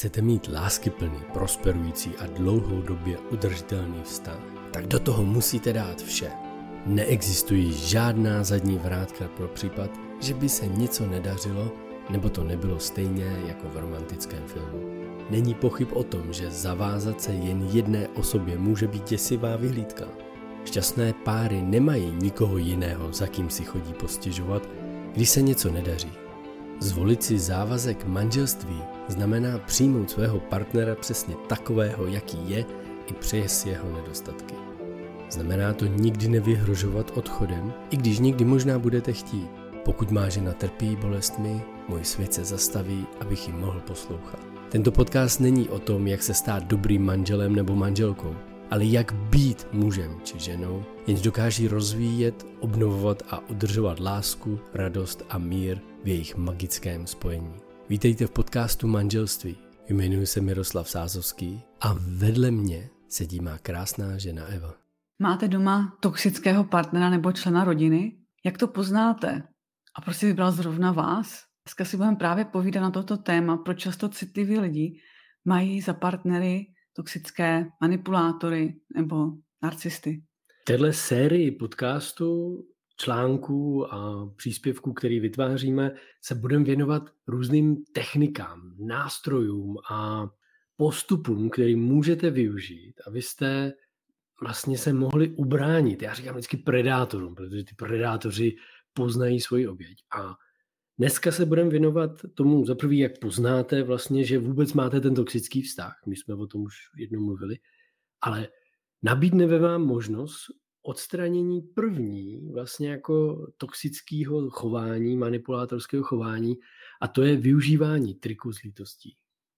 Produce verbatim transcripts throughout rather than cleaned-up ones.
Chcete mít láskyplný, prosperující a dlouhodobě udržitelný vztah, tak do toho musíte dát vše. Neexistují žádná zadní vrátka pro případ, že by se něco nedařilo, nebo to nebylo stejně jako v romantickém filmu. Není pochyb o tom, že zavázat se jen jedné osobě může být děsivá vyhlídka. Šťastné páry nemají nikoho jiného, za kým si chodí postěžovat, když se něco nedaří. Zvolit si závazek manželství znamená přijmout svého partnera přesně takového, jaký je, i přes jeho nedostatky. Znamená to nikdy nevyhrožovat odchodem, i když někdy možná budete chtít. Pokud má žena trpí bolestmi, můj svět se zastaví, abych ji mohl poslouchat. Tento podcast není o tom, jak se stát dobrým manželem nebo manželkou, ale jak být mužem či ženou, jenž dokáží rozvíjet, obnovovat a udržovat lásku, radost a mír v jejich magickém spojení. Vítejte v podcastu Manželství. Jmenuji se Miroslav Sázovský a vedle mě sedí má krásná žena Eva. Máte doma toxického partnera nebo člena rodiny? Jak to poznáte? A proč si vybral zrovna vás? Dneska si budeme právě povídat na toto téma, proč často citliví lidi mají za partnery toxické manipulátory nebo narcisty. V téhle sérii podcastu, článků a příspěvků, který vytváříme, se budeme věnovat různým technikám, nástrojům a postupům, který můžete využít, abyste vlastně se mohli ubránit. Já říkám vždycky predátorům, protože ty predátoři poznají svoji oběť. A dneska se budeme věnovat tomu za prvý, jak poznáte vlastně, že vůbec máte ten toxický vztah. My jsme o tom už jednou mluvili. Ale nabídneme vám možnost odstranění první vlastně jako toxického chování, manipulátorského chování, a to je využívání triku s lítostí.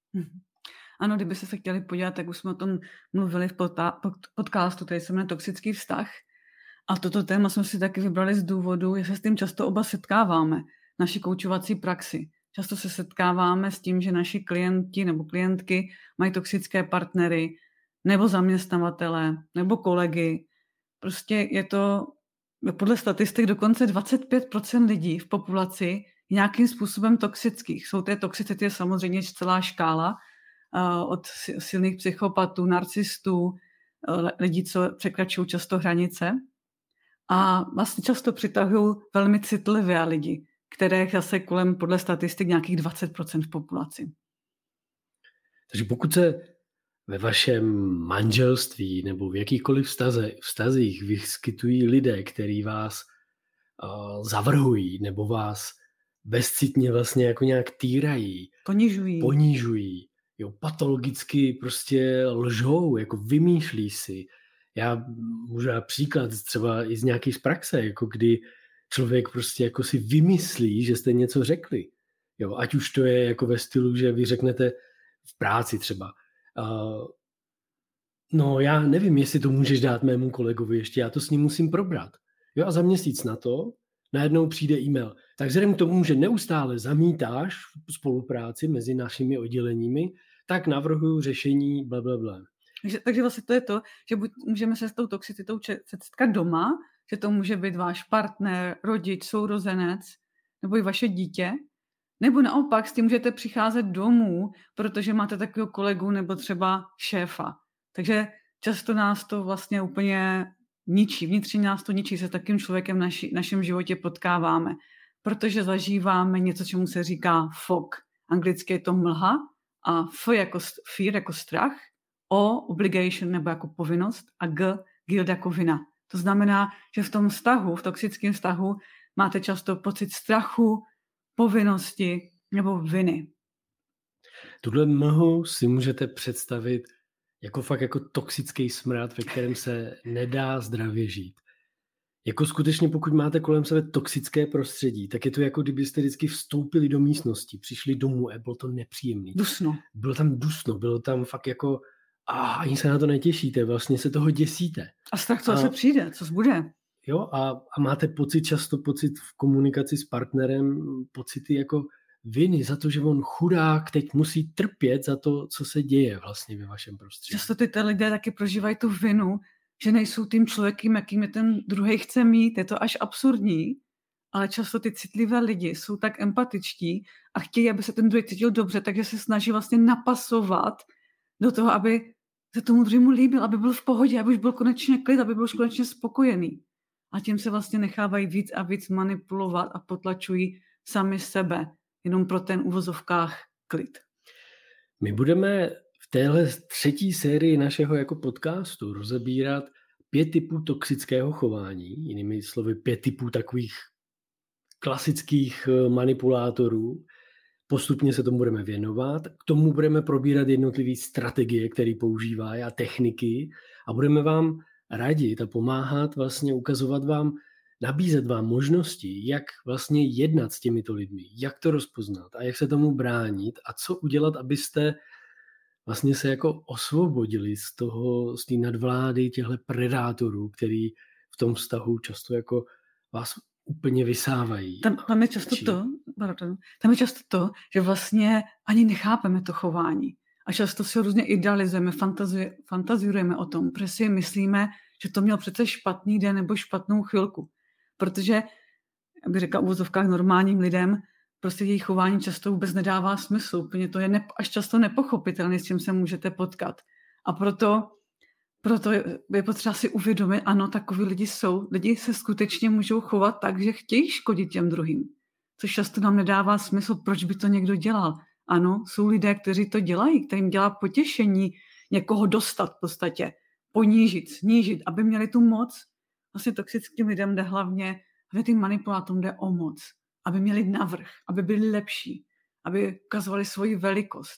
Ano, kdybyste se chtěli podívat, tak už jsme o tom mluvili v podcastu, který se jmenuje Toxický vztah. A toto téma jsme si taky vybrali z důvodu, že se s tím často oba setkáváme v naší koučovací praxi. Často se setkáváme s tím, že naši klienti nebo klientky mají toxické partnery, nebo zaměstnavatele, nebo kolegy. Prostě je to podle statistik dokonce dvacet pět procent lidí v populaci nějakým způsobem toxických. Jsou té toxicity samozřejmě celá škála, od silných psychopatů, narcistů, lidí, co překračují často hranice. A vlastně často přitahují velmi citlivé lidi, kterých zase kolem podle statistik nějakých dvacet procent v populaci. Takže pokud se ve vašem manželství nebo v jakýchkoliv vztaze, vztazích vyskytují lidé, kteří vás uh, zavrhují nebo vás bezcitně vlastně jako nějak týrají, ponižují, ponižují jo, patologicky prostě lžou, jako vymýšlí si. Já můžu dát příklad třeba i z nějaký z praxe, jako kdy člověk prostě jako si vymyslí, že jste něco řekli. Jo, ať už to je jako ve stylu, že vy řeknete v práci třeba, uh, no já nevím, jestli to můžeš dát mému kolegovi ještě, já to s ním musím probrat. Jo, a za měsíc na to najednou přijde e-mail. Tak vzhledem k tomu, že neustále zamítáš spolupráci mezi našimi odděleními, tak navrhuju řešení blablabla. Takže, takže vlastně to je to, že buď můžeme se s tou toxicitou setkat doma, že to může být váš partner, rodič, sourozenec, nebo i vaše dítě, nebo naopak s tím můžete přicházet domů, protože máte takového kolegu nebo třeba šéfa. Takže často nás to vlastně úplně ničí, vnitřně nás to ničí, se takým člověkem v naši, našem životě potkáváme, protože zažíváme něco, čemu se říká fog. Anglicky je to mlha a f jako fear, jako strach, o obligation nebo jako povinnost a g guilt jako vina. To znamená, že v tom vztahu, v toxickém vztahu máte často pocit strachu, povinnosti nebo viny. Tuhle mlhu si můžete představit jako fakt jako toxický smrad, ve kterém se nedá zdravě žít. Jako skutečně, pokud máte kolem sebe toxické prostředí, tak je to jako kdybyste vždycky vstoupili do místnosti, přišli domů a bylo to nepříjemné. Dusno. Bylo tam dusno, bylo tam fakt jako a ani se na to netěšíte, vlastně se toho děsíte. A strach, co a, se přijde, co bude. Jo, a, a máte pocit, často pocit v komunikaci s partnerem, pocity jako viny za to, že on chudák teď musí trpět za to, co se děje vlastně ve vašem prostředí. Často ty lidé taky prožívají tu vinu, že nejsou tím člověkem, jakým je ten druhej chce mít. Je to až absurdní, ale často ty citlivé lidi jsou tak empatičtí a chtějí, aby se ten druhý cítil dobře, takže se snaží vlastně napasovat do toho, aby se tomu druhému líbil, aby byl v pohodě, aby už byl konečně klid, aby byl už konečně spokojený. A tím se vlastně nechávají víc a víc manipulovat a potlačují sami sebe, jenom pro ten uvozovkách klid. My budeme v téhle třetí sérii našeho jako podcastu rozebírat pět typů toxického chování, jinými slovy pět typů takových klasických manipulátorů. Postupně se tomu budeme věnovat, k tomu budeme probírat jednotlivé strategie, které používají a techniky a budeme vám radit a pomáhat, vlastně ukazovat vám, nabízet vám možnosti, jak vlastně jednat s těmito lidmi, jak to rozpoznat a jak se tomu bránit a co udělat, abyste vlastně se jako osvobodili z toho, z té nadvlády těchto predátorů, který v tom vztahu často jako vás úplně vysávají. Tam, tam je často to, pardon, tam je často to, že vlastně ani nechápeme to chování. A často si ho různě idealizujeme, fantazuje, fantazujeme o tom, protože si myslíme, že to měl přece špatný den nebo špatnou chvilku. Protože, jak bych řekla v uvozovkách normálním lidem, prostě jejich chování často vůbec nedává smysl. Úplně to je ne, až často nepochopitelné, s čím se můžete potkat. A proto, proto je potřeba si uvědomit, ano, takoví lidi jsou. Lidi se skutečně můžou chovat tak, že chtějí škodit těm druhým. Což často nám nedává smysl, proč by to někdo dělal. Ano, jsou lidé, kteří to dělají, kterým dělá potěšení někoho dostat v podstatě, ponížit, snížit, aby měli tu moc. Vlastně toxickým lidem jde hlavně, hlavně tím manipulátorům jde o moc, aby měli navrch, aby byli lepší, aby ukazovali svoji velikost.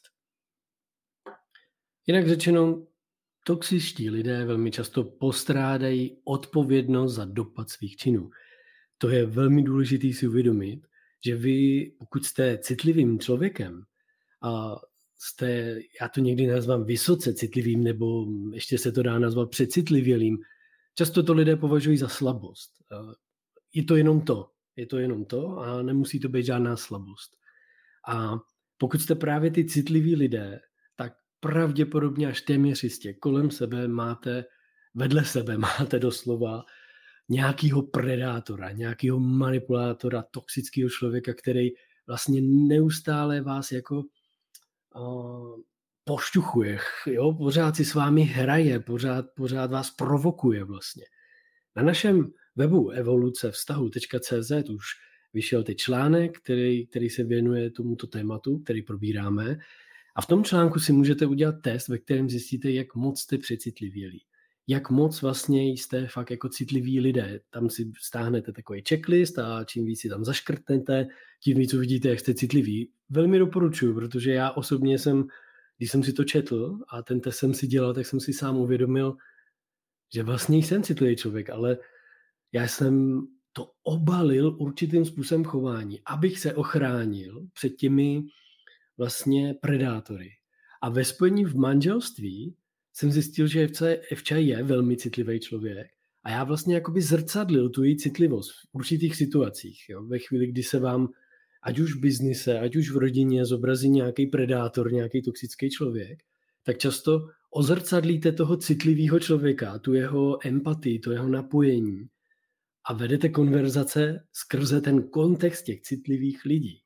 Jinak řečeno, toxičtí lidé velmi často postrádají odpovědnost za dopad svých činů. To je velmi důležité si uvědomit, že vy, pokud jste citlivým člověkem a jste, já to někdy nazvám vysoce citlivým, nebo ještě se to dá nazvat přecitlivělým, často to lidé považují za slabost. Je to jenom to, je to jenom to a nemusí to být žádná slabost. A pokud jste právě ty citliví lidé, tak pravděpodobně až téměř jistě kolem sebe máte, vedle sebe máte doslova nějakého predátora, nějakého manipulátora, toxického člověka, který vlastně neustále vás jako uh, pošťuchuje, jo? Pořád si s vámi hraje, pořád, pořád vás provokuje vlastně. Na našem webu evoluce vztahu tečka cé zet už vyšel teď článek, který, který se věnuje tomuto tématu, který probíráme. A v tom článku si můžete udělat test, ve kterém zjistíte, jak moc jste přecitlivělí. Jak moc vlastně jste fakt jako citliví lidé. Tam si stáhnete takový checklist a čím víc si tam zaškrtnete, tím víc uvidíte, jak jste citliví. Velmi doporučuji, protože já osobně jsem, když jsem si to četl a ten test jsem si dělal, tak jsem si sám uvědomil, že vlastně jsem citlivý člověk, ale já jsem to obalil určitým způsobem chování, abych se ochránil před těmi vlastně predátory. A ve spojení v manželství jsem zjistil, že Evča je velmi citlivý člověk a já vlastně jakoby zrcadlil tu její citlivost v určitých situacích. Jo? Ve chvíli, kdy se vám ať už v biznise, ať už v rodině zobrazí nějaký predátor, nějaký toxický člověk, tak často ozrcadlíte toho citlivého člověka, tu jeho empatii, to jeho napojení a vedete konverzace skrze ten kontext těch citlivých lidí.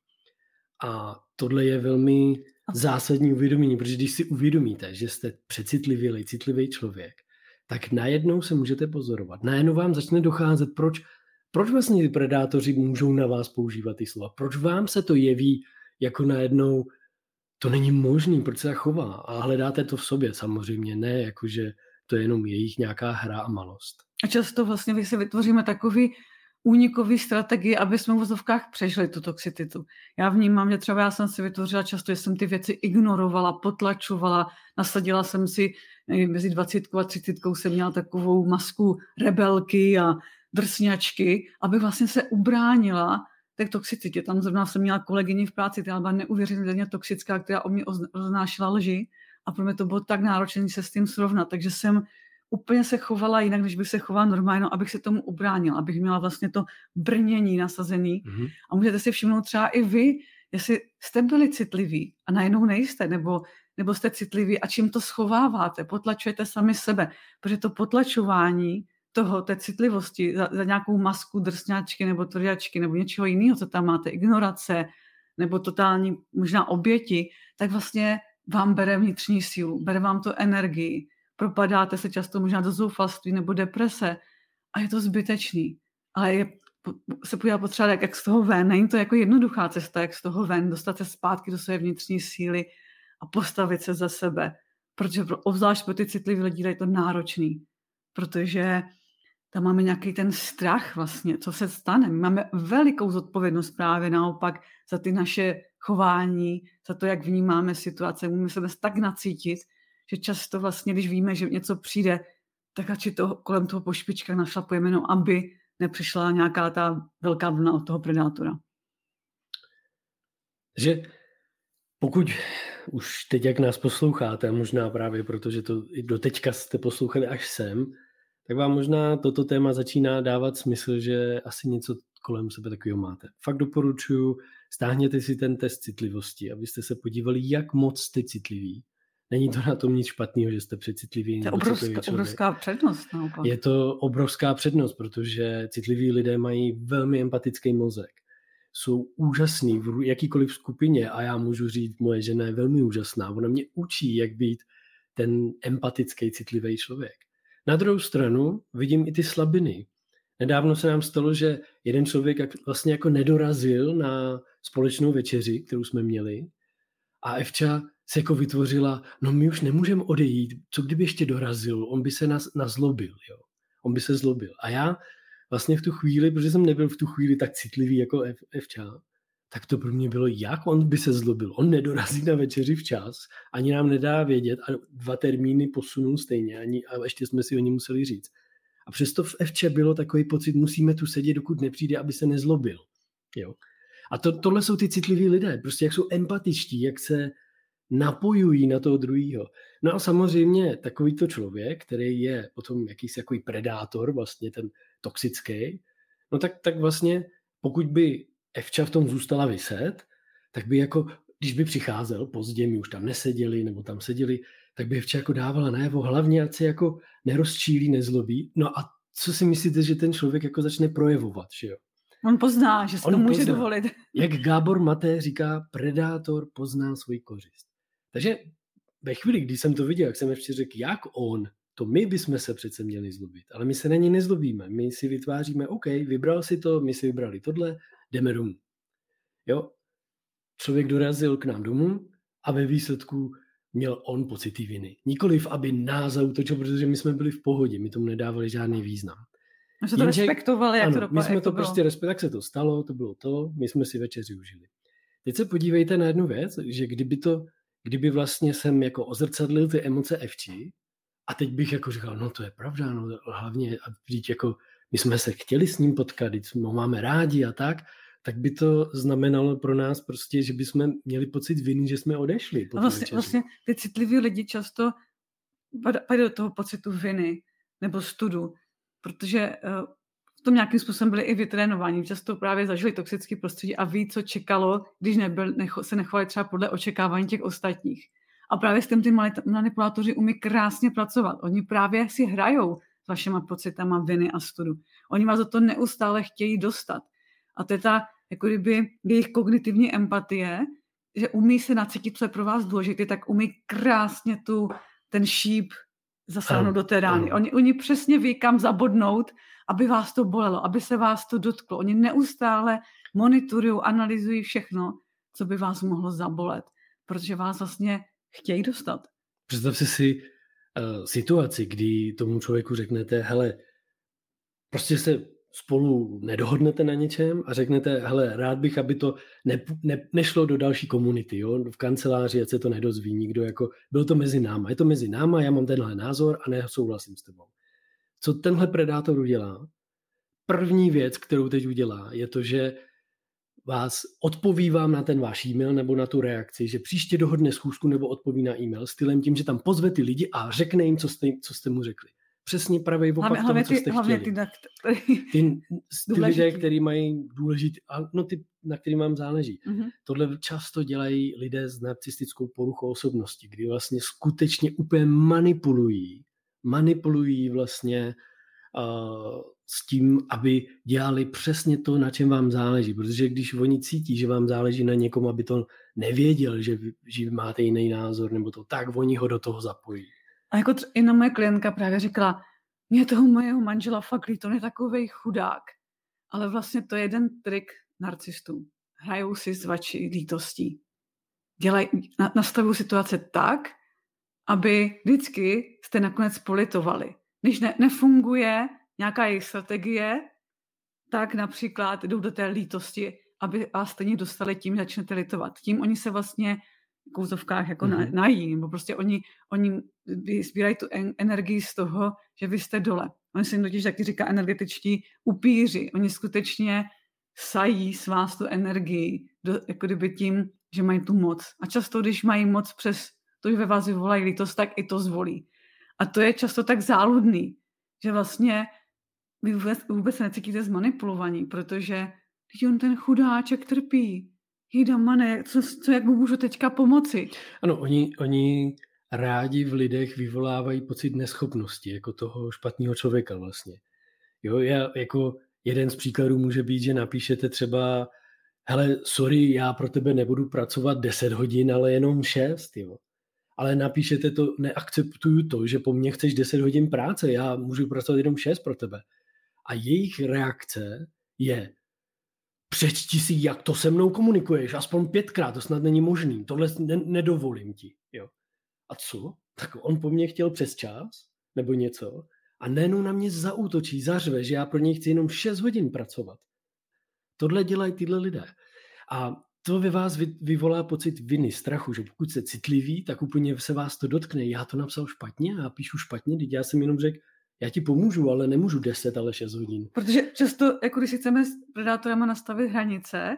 A tohle je velmi zásadní uvědomění, protože když si uvědomíte, že jste přecitlivělý, citlivý člověk, tak najednou se můžete pozorovat. Najednou vám začne docházet, proč, proč vlastně ty predátoři můžou na vás používat ty slova. Proč vám se to jeví jako najednou, to není možný, proč se tak chová. A hledáte to v sobě samozřejmě, ne jakože to je jenom jejich nějaká hra a malost. A často vlastně my si vytvoříme takový únikový strategii, aby jsme v vozovkách přežili tu toxicitu. Já vnímám, že třeba já jsem si vytvořila často, že jsem ty věci ignorovala, potlačovala, nasadila jsem si, nevím, mezi dvacítkou a třicítkou jsem měla takovou masku rebelky a drsňačky, aby vlastně se ubránila té toxicitě. Tam zrovna jsem měla kolegyni v práci, která byla neuvěřitelně toxická, která o mě roznášela lži a pro mě to bylo tak náročné se s tím srovnat, takže jsem úplně se chovala jinak, než bych se chovala normálně, no, abych se tomu ubránila, abych měla vlastně to brnění nasazený. Mm-hmm. A můžete si všimnout třeba i vy, jestli jste byli citliví a najednou nejste, nebo, nebo jste citliví a čím to schováváte, potlačujete sami sebe, protože to potlačování toho, té citlivosti, za, za nějakou masku drsňáčky nebo tvrďačky nebo něčeho jiného, co tam máte, ignorace nebo totální možná oběti, tak vlastně vám bere vnitřní sílu, bere vám to energii, propadáte se často možná do zoufalství nebo deprese a je to zbytečný. Ale je, se podívat potřeba, jak, jak z toho ven. Není to jako jednoduchá cesta, jak z toho ven, dostat se zpátky do své vnitřní síly a postavit se za sebe. Protože pro, obzvlášť pro ty citlivé lidi je to náročný. Protože tam máme nějaký ten strach vlastně, co se stane. My máme velikou zodpovědnost právě naopak za ty naše chování, za to, jak vnímáme situace. Můžeme sebe tak nacítit, že často vlastně, když víme, že něco přijde, tak radši to kolem toho po špičkách našlapujeme, no, aby nepřišla nějaká ta velká vlna od toho predátora. Že pokud už teď, jak nás posloucháte, a možná právě protože to i doteďka jste poslouchali až sem, tak vám možná toto téma začíná dávat smysl, že asi něco kolem sebe takového máte. Fakt doporučuji, stáhněte si ten test citlivosti, abyste se podívali, jak moc jste citliví. Není to na tom nic špatného, že jste přecitliví. To je obrovská, obrovská přednost. Naopak. Je to obrovská přednost, protože citliví lidé mají velmi empatický mozek. Jsou úžasný v jakýkoliv skupině a já můžu říct, moje žena je velmi úžasná. Ona mě učí, jak být ten empatický, citlivý člověk. Na druhou stranu vidím i ty slabiny. Nedávno se nám stalo, že jeden člověk vlastně jako nedorazil na společnou večeři, kterou jsme měli, a Evča se jako vytvořila, no my už nemůžeme odejít, co kdyby ještě dorazil, on by se nás nazlobil, jo. On by se zlobil. A já vlastně v tu chvíli, protože jsem nebyl v tu chvíli tak citlivý jako Evča, tak to pro mě bylo, jak on by se zlobil. On nedorazí na večeři včas, ani nám nedá vědět a dva termíny posunul stejně ani, a ještě jsme si o ní museli říct. A přesto v Evče bylo takový pocit, musíme tu sedět, dokud nepřijde, aby se nezlobil. Jo. A to, tohle jsou ty citliví lidé, prostě jak jsou empatičtí, jak se napojují na toho druhýho. No a samozřejmě takovýto člověk, který je potom jakýsi takový predátor, vlastně ten toxický, no tak, tak vlastně pokud by Evča v tom zůstala viset, tak by jako, když by přicházel pozdě, my už tam neseděli, nebo tam seděli, tak by Evča jako dávala najevo, hlavně ať se jako nerozčílí, nezlobí. No a co si myslíte, že ten člověk jako začne projevovat, že jo? On pozná, že se to může pozná. dovolit. Jak Gábor Maté říká, predátor pozná svůj kořist. Takže ve chvíli, kdy jsem to viděl, jak jsem ještě řekl, jak on, to my bychom se přece měli zlobit. Ale my se na něj nezlobíme. My si vytváříme, OK, vybral si to, my si vybrali tohle, jdeme domů. Jo? Člověk dorazil k nám domů a ve výsledku měl on pocity viny. Nikoliv, aby nás zaútočil, protože my jsme byli v pohodě, my tomu nedávali žádný význam. My jsme to Jenže, respektovali, jak ano, to dopadlo. My jsme to, to prostě respektovali, tak se to stalo, to bylo to, my jsme si večeři užili. Teď se podívejte na jednu věc, že kdyby to, kdyby vlastně jsem jako ozrcadlil ty emoce Evči a teď bych jako říkal, no to je pravda, no hlavně, a vždyť jako my jsme se chtěli s ním potkat, když ho máme rádi a tak, tak by to znamenalo pro nás prostě, že bychom měli pocit viny, že jsme odešli. A vlastně, vlastně ty citliví lidi často padají do toho pocitu viny nebo studu, protože uh, v tom nějakým způsobem byli i vytrénováni. Často právě zažili toxické prostředí a ví, co čekalo, když nebyl, necho, se nechovali třeba podle očekávání těch ostatních. A právě s tím ty manipulátoři umí krásně pracovat. Oni právě si hrajou s vašima pocitama viny a studu. Oni vás za to neustále chtějí dostat. A to je ta, jako kdyby jejich kognitivní empatie, že umí se nacítit, co je pro vás důležité, tak umí krásně tu, ten šíp zasáhnout do té rány. Oni, oni přesně ví, kam zabodnout, aby vás to bolelo, aby se vás to dotklo. Oni neustále monitorují, analyzují všechno, co by vás mohlo zabolet, protože vás vlastně chtějí dostat. Představte si uh, situaci, kdy tomu člověku řeknete, hele, prostě se spolu nedohodnete na něčem a řeknete, hele, rád bych, aby to ne, ne, nešlo do další komunity, jo? V kanceláři, ať se to nedozví nikdo, jako bylo to mezi náma, je to mezi náma, já mám tenhle názor a nesouhlasím s tebou. Co tenhle predátor udělá? První věc, kterou teď udělá, je to, že vás odpoví vám na ten váš e-mail nebo na tu reakci, že příště dohodne schůzku nebo odpoví na e-mail stylem tím, že tam pozve ty lidi a řekne jim, co jste, co jste mu řekli. Přesně pravý opak tomu, co jste chtěli. Ty, ty, ty, ty lidé, kteří mají důležitý, no ty, na který vám záleží. Mm-hmm. Tohle často dělají lidé s narcistickou poruchou osobnosti, kdy vlastně skutečně úplně manipulují, manipulují vlastně s tím, aby dělali přesně to, na čem vám záleží. Protože když oni cítí, že vám záleží na někom, aby to nevěděl, že vy, že máte jiný názor nebo to, tak oni ho do toho zapojí. A jako tr- jedna moje klientka právě říkala, mě toho mojeho manžela fakt líto, on je takovej chudák. Ale vlastně to je jeden trik narcistů. Hrajou si s vaší lítostí. Dělají, na, nastavují situace tak, aby vždycky jste nakonec politovali. Když ne, nefunguje nějaká jejich strategie, tak například jdou do té lítosti, aby vás stejně dostali tím, začnete litovat. Tím oni se vlastně v kouzovkách jako mm-hmm. nají, nebo prostě oni, oni sbírají tu en, energii z toho, že vy jste dole. Oni se jim totiž taky říká energetičtí upíři. Oni skutečně sají s vás tu energii, do, jako kdyby tím, že mají tu moc. A často, když mají moc přes to, že ve vás vyvolají lítost, tak i to zvolí. A to je často tak záludný, že vlastně vy vůbec, vůbec se necítíte zmanipulovaní, protože když on ten chudáček trpí, jejda mane, co, co, jak mu můžu teďka pomoci? Ano, oni, oni rádi v lidech vyvolávají pocit neschopnosti, jako toho špatného člověka vlastně. Jo, já, jako jeden z příkladů může být, že napíšete třeba hele, sorry, já pro tebe nebudu pracovat deset hodin, ale jenom šest, jo. Ale napíšete to, neakceptuju to, že po mně chceš deset hodin práce, já můžu pracovat jenom šest pro tebe. A jejich reakce je, přečti si, jak to se mnou komunikuješ, aspoň pětkrát, to snad není možný, tohle ne- nedovolím ti. Jo. A co? Tak on po mně chtěl přes čas, nebo něco, a najednou na mě zaútočí, zařve, že já pro něj chci jenom šest hodin pracovat. Tohle dělají tyhle lidé. A to ve vás vyvolá pocit viny, strachu, že pokud jste citliví, tak úplně se vás to dotkne. Já to napsal špatně, já píšu špatně, teď já jsem jenom řekl, já ti pomůžu, ale nemůžu deset, ale šest hodin. Protože často, jako když si chceme s predátorama nastavit hranice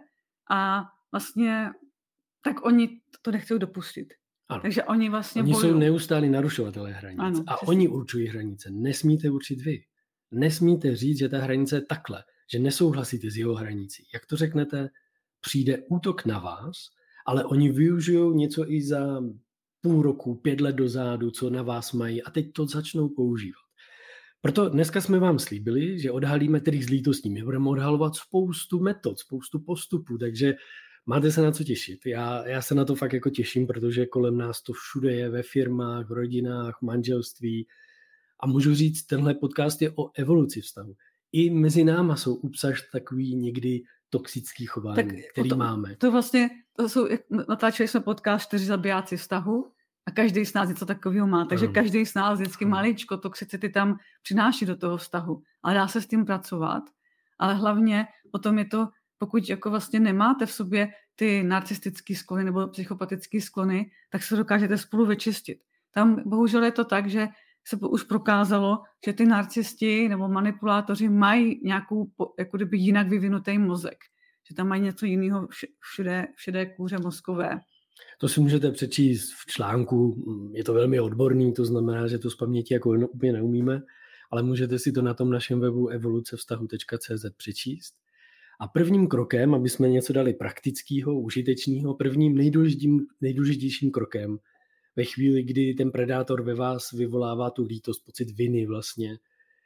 a vlastně, tak oni to nechtějí dopustit. Ano. Takže oni vlastně Oni bojují. jsou neustálí narušovatelé hranic. Ano, a přesně. oni určují hranice. Nesmíte určit vy. Nesmíte říct, že ta hranice je takhle, že nesouhlasíte s jeho hranicí. Jak to řeknete, přijde útok na vás, ale oni využijou něco i za půl roku, pět let dozadu, co na vás mají a teď to začnou používat. Proto dneska jsme vám slíbili, že odhalíme trik z lítostí. My budeme odhalovat spoustu metod, spoustu postupů, takže máte se na co těšit. Já, já se na to fakt jako těším, protože kolem nás to všude je, ve firmách, v rodinách, v manželství. A můžu říct, tenhle podcast je o evoluci vztahu. I mezi náma jsou obsaž takový někdy toxický chování, tak který to, máme. To vlastně, to jsou, natáčeli jsme podcast čtyři zabijáci vztahu a každý z nás něco takového má. Takže ano. Každý z nás vždycky maličko toxicity tam přináší do toho vztahu. Ale dá se s tím pracovat. Ale hlavně potom je to, pokud jako vlastně nemáte v sobě ty narcistické sklony nebo psychopatické sklony, tak se dokážete spolu vyčistit. Tam bohužel je to tak, že se už prokázalo, že ty narcisti nebo manipulátoři mají nějakou jako kdyby jinak vyvinutý mozek. Že tam mají něco jiného všude, všude kůře mozkové. To si můžete přečíst v článku, je to velmi odborný, to znamená, že to z paměti jako úplně neumíme, ale můžete si to na tom našem webu evolucevztahu tečka cé zet přečíst. A prvním krokem, aby jsme něco dali praktického, užitečného, prvním nejdůležitějším krokem ve chvíli, kdy ten predátor ve vás vyvolává tu lítost, pocit viny vlastně,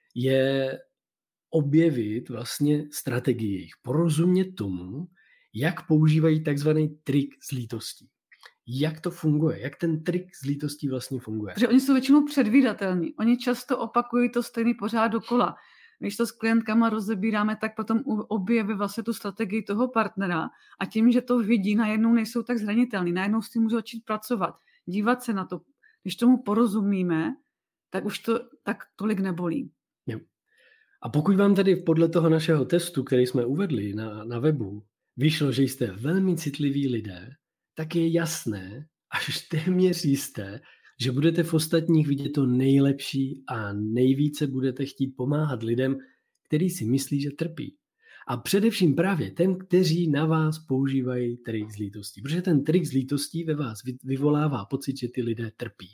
je objevit vlastně strategii jejich, porozumět tomu, jak používají takzvaný trik z lítostí. Jak to funguje, jak ten trik z lítostí vlastně funguje. Protože oni jsou většinou předvídatelní. Oni často opakují to stejný pořád dokola. Když to s klientkama rozebíráme, tak potom objeví vlastně tu strategii toho partnera a tím, že to vidí, najednou nejsou tak zranitelní, najednou s tím můžou začít pracovat, dívat se na to. Když tomu porozumíme, tak už to tak tolik nebolí. Jo. A pokud vám tady podle toho našeho testu, který jsme uvedli na, na webu, vyšlo, že jste velmi citliví lidé, tak je jasné, až téměř jisté, že budete v ostatních vidět to nejlepší a nejvíce budete chtít pomáhat lidem, který si myslí, že trpí. A především právě těm, kteří na vás používají trik z lítostí. Protože ten trik z lítostí ve vás vyvolává pocit, že ty lidé trpí.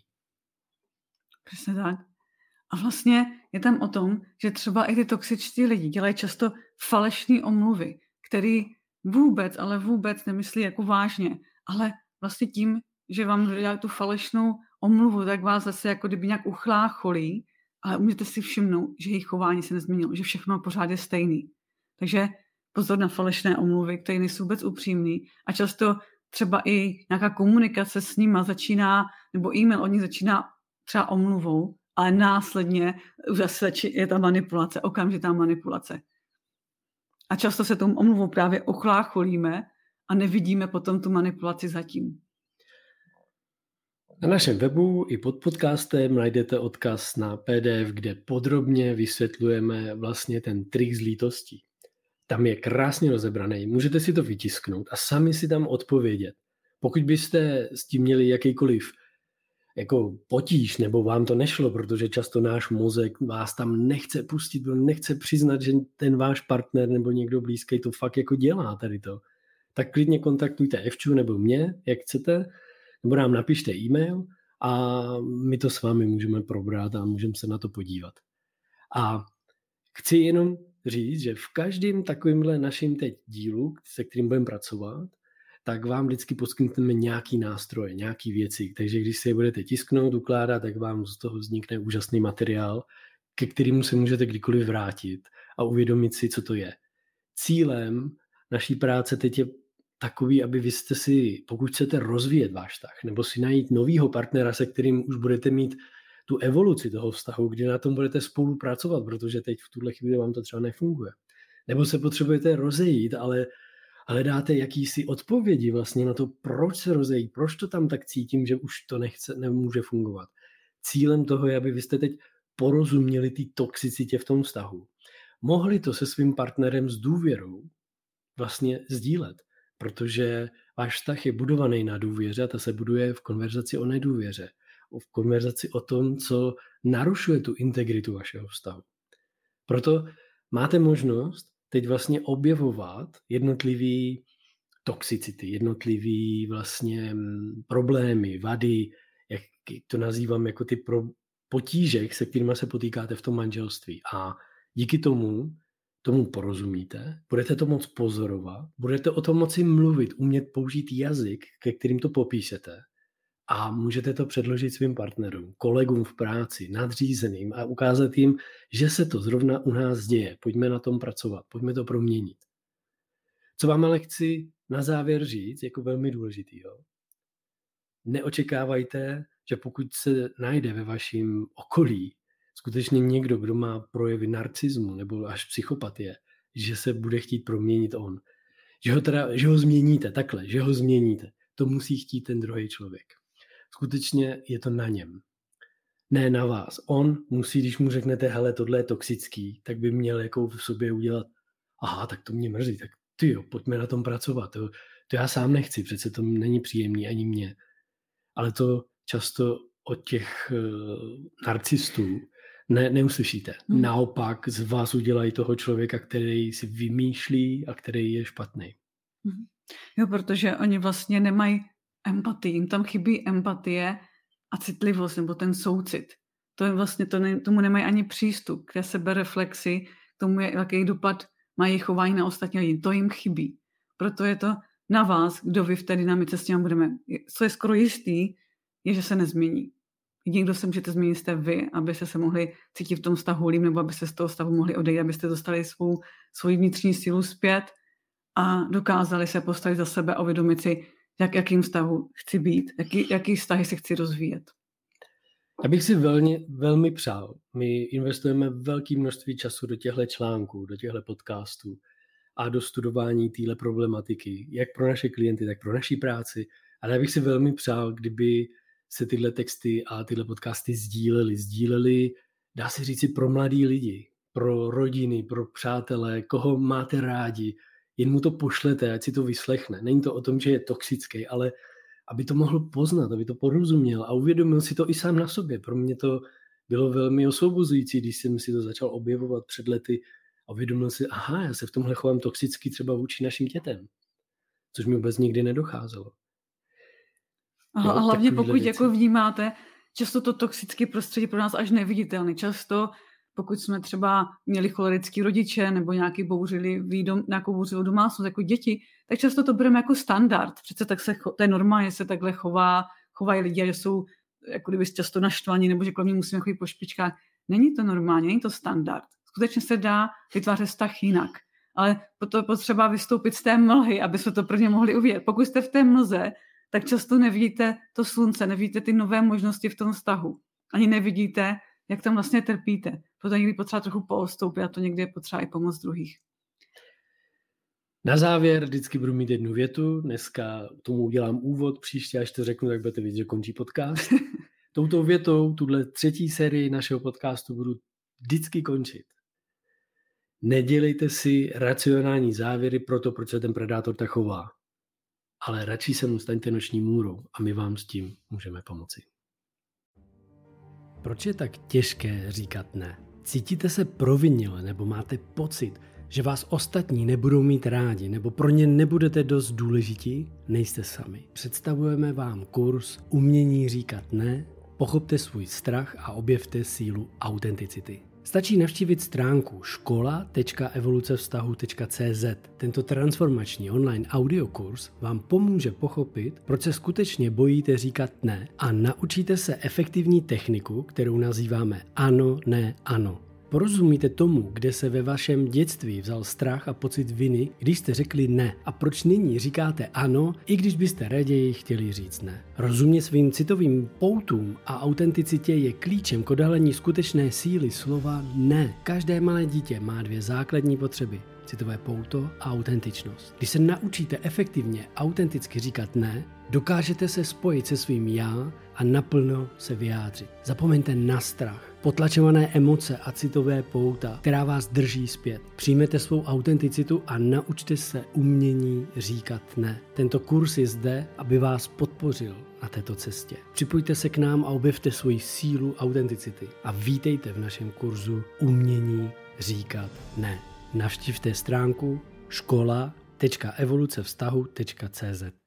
Přesně tak. A vlastně je tam o tom, že třeba i ty toxičtí lidi dělají často falešné omluvy, který vůbec, ale vůbec nemyslí jako vážně. Ale vlastně tím, že vám dělají tu falešnou omluvu, tak vás zase jako kdyby nějak uchlácholí ale můžete si všimnout, že jejich chování se nezměnilo, že všechno pořád je stejný. Takže pozor na falešné omluvy, které nejsou vůbec upřímný a často třeba i nějaká komunikace s nima začíná, nebo e-mail od nich začíná třeba omluvou, ale následně zase je ta manipulace, okamžitá manipulace. A často se tomu omluvou právě ochlácholíme a nevidíme potom tu manipulaci zatím. Na našem webu i pod podcastem najdete odkaz na P D F, kde podrobně vysvětlujeme vlastně ten trik z lítostí. Tam je krásně rozebraný, můžete si to vytisknout a sami si tam odpovědět. Pokud byste s tím měli jakýkoliv jako potíž, nebo vám to nešlo, protože často náš mozek vás tam nechce pustit, nechce přiznat, že ten váš partner nebo někdo blízký to fakt jako dělá tady to, tak klidně kontaktujte Evču nebo mě, jak chcete, nebo nám napište e-mail a my to s vámi můžeme probrat a můžeme se na to podívat. A chci jenom říct, že v každém takovémhle našem teď dílu, se kterým budeme pracovat, tak vám vždycky poskytneme nějaký nástroje, nějaký věci. Takže když si je budete tisknout, ukládat, tak vám z toho vznikne úžasný materiál, ke kterému se můžete kdykoliv vrátit a uvědomit si, co to je. Cílem naší práce teď je takový, aby vy jste si, pokud chcete rozvíjet váš vztah, nebo si najít novýho partnera, se kterým už budete mít tu evoluci toho vztahu, kdy na tom budete spolupracovat, protože teď v tuhle chvíli vám to třeba nefunguje. Nebo se potřebujete rozejít, ale hledáte jakýsi odpovědi vlastně na to, proč se rozejít, proč to tam tak cítím, že už to nechce, nemůže fungovat. Cílem toho je, aby vy jste teď porozuměli té toxicitě v tom vztahu. Mohli to se svým partnerem s důvěrou vlastně sdílet, protože váš vztah je budovaný na důvěře a ta se buduje v konverzaci o nedůvěře. V konverzaci o tom, co narušuje tu integritu vašeho vztahu. Proto máte možnost teď vlastně objevovat jednotlivý toxicity, jednotlivý vlastně problémy, vady, jak to nazývám jako ty pro potíže, se kterými se potýkáte v tom manželství. A díky tomu, tomu porozumíte, budete to moc pozorovat, budete o tom moci mluvit, umět použít jazyk, ke kterým to popíšete. A můžete to předložit svým partnerům, kolegům v práci, nadřízeným a ukázat jim, že se to zrovna u nás děje. Pojďme na tom pracovat, pojďme to proměnit. Co vám ale chci na závěr říct, jako velmi důležitýho. Neočekávajte, že pokud se najde ve vašem okolí skutečně někdo, kdo má projevy narcismu nebo až psychopatie, že se bude chtít proměnit on. Že ho, teda, že ho změníte takhle, že ho změníte. To musí chtít ten druhý člověk. Skutečně je to na něm. Ne na vás. On musí, když mu řeknete, hele, tohle je toxický, tak by měl jako v sobě udělat, aha, tak to mě mrzí, tak ty jo, pojďme na tom pracovat. To, to já sám nechci, přece to není příjemný ani mě. Ale to často od těch uh, narcistů ne, neuslyšíte. Hmm. Naopak z vás udělají toho člověka, který si vymýšlí a který je špatný. Hmm. Jo, protože oni vlastně nemají empatii, jim tam chybí empatie a citlivost, nebo ten soucit. To je vlastně, to ne, tomu nemají ani přístup k té sebereflexi, k tomu, jaký dopad mají chování na ostatní lidi. To jim chybí. Proto je to na vás, kdo vy v té dynamice s tím budeme. Co je skoro jistý, je, že se nezmění. Jediný, kdo se můžete změnit, jste vy, abyste se mohli cítit v tom vztahu líp, nebo abyste z toho stavu mohli odejít, abyste dostali svou, svou vnitřní sílu zpět a dokázali se postavit za sebe a uvědomit si, jak, jakým vztahu chci být, jaký, jaký vztahy si chci rozvíjet. Já bych si velmi, velmi přál. My investujeme velké množství času do těchto článků, do těchto podcastů a do studování téhle problematiky, jak pro naše klienty, tak pro naší práci. Ale já bych si velmi přál, kdyby se tyhle texty a tyhle podcasty sdílely. Sdílely, dá se říci, pro mladý lidi, pro rodiny, pro přátelé, koho máte rádi. Jen mu to pošlete, ať si to vyslechne. Není to o tom, že je toxický, ale aby to mohl poznat, aby to porozuměl a uvědomil si to i sám na sobě. Pro mě to bylo velmi osvobozující, když jsem si to začal objevovat před lety a uvědomil si, aha, já se v tomhle chovám toxicky třeba vůči našim dětem, což mi vůbec nikdy nedocházelo. A, a hlavně pokud jako vnímáte, často to toxické prostředí pro nás až neviditelné. Často pokud jsme třeba měli cholerický rodiče nebo nějaký bouřili dom, nějakou bouřilou domácnost jako děti, tak často to bereme jako standard. Přece tak se, to je normálně, se takhle chová, chovají lidi, že jsou jako kdyby často naštvaní nebo že kolem mě musíme chodit po špičkách. Není to normální, není to standard. Skutečně se dá vytvářet vztah jinak. Ale to je potřeba vystoupit z té mlhy, aby se to prvně mohli uvidět. Pokud jste v té mlze, tak často nevidíte to slunce, nevidíte ty nové možnosti v tom vztahu. Ani nevidíte, jak tam vlastně trpíte. Proto někdy potřeba trochu poostoupit a to někdy je potřeba i pomoc druhých. Na závěr vždycky budu mít jednu větu. Dneska tomu udělám úvod, příště až to řeknu, tak budete vidět, že končí podcast. Touto větou, tuhle třetí sérii našeho podcastu budu vždycky končit. Nedělejte si racionální závěry pro to, proč se ten predátor tak chová. Ale radši se mu staňte noční můrou a my vám s tím můžeme pomoci. Proč je tak těžké říkat ne? Cítíte se provinile nebo máte pocit, že vás ostatní nebudou mít rádi nebo pro ně nebudete dost důležití? Nejste sami. Představujeme vám kurz Umění říkat ne, pochopte svůj strach a objevte sílu autenticity. Stačí navštívit stránku škola tečka evoluce vztahu tečka cé zet. Tento transformační online audiokurs vám pomůže pochopit, proč se skutečně bojíte říkat ne a naučíte se efektivní techniku, kterou nazýváme ano, ne, ano. Porozumíte tomu, kde se ve vašem dětství vzal strach a pocit viny, když jste řekli ne a proč nyní říkáte ano, i když byste raději chtěli říct ne. Rozumět svým citovým poutům a autenticitě je klíčem k odhalení skutečné síly slova ne. Každé malé dítě má dvě základní potřeby. Citové pouto a autentičnost. Když se naučíte efektivně autenticky říkat ne, dokážete se spojit se svým já a naplno se vyjádřit. Zapomeňte na strach, potlačované emoce a citové pouta, která vás drží zpět. Přijměte svou autenticitu a naučte se umění říkat ne. Tento kurz je zde, aby vás podpořil na této cestě. Připojte se k nám a objevte svoji sílu autenticity a vítejte v našem kurzu Umění říkat ne. Navštivte stránku škola tečka evoluce vztahu tečka cé zet.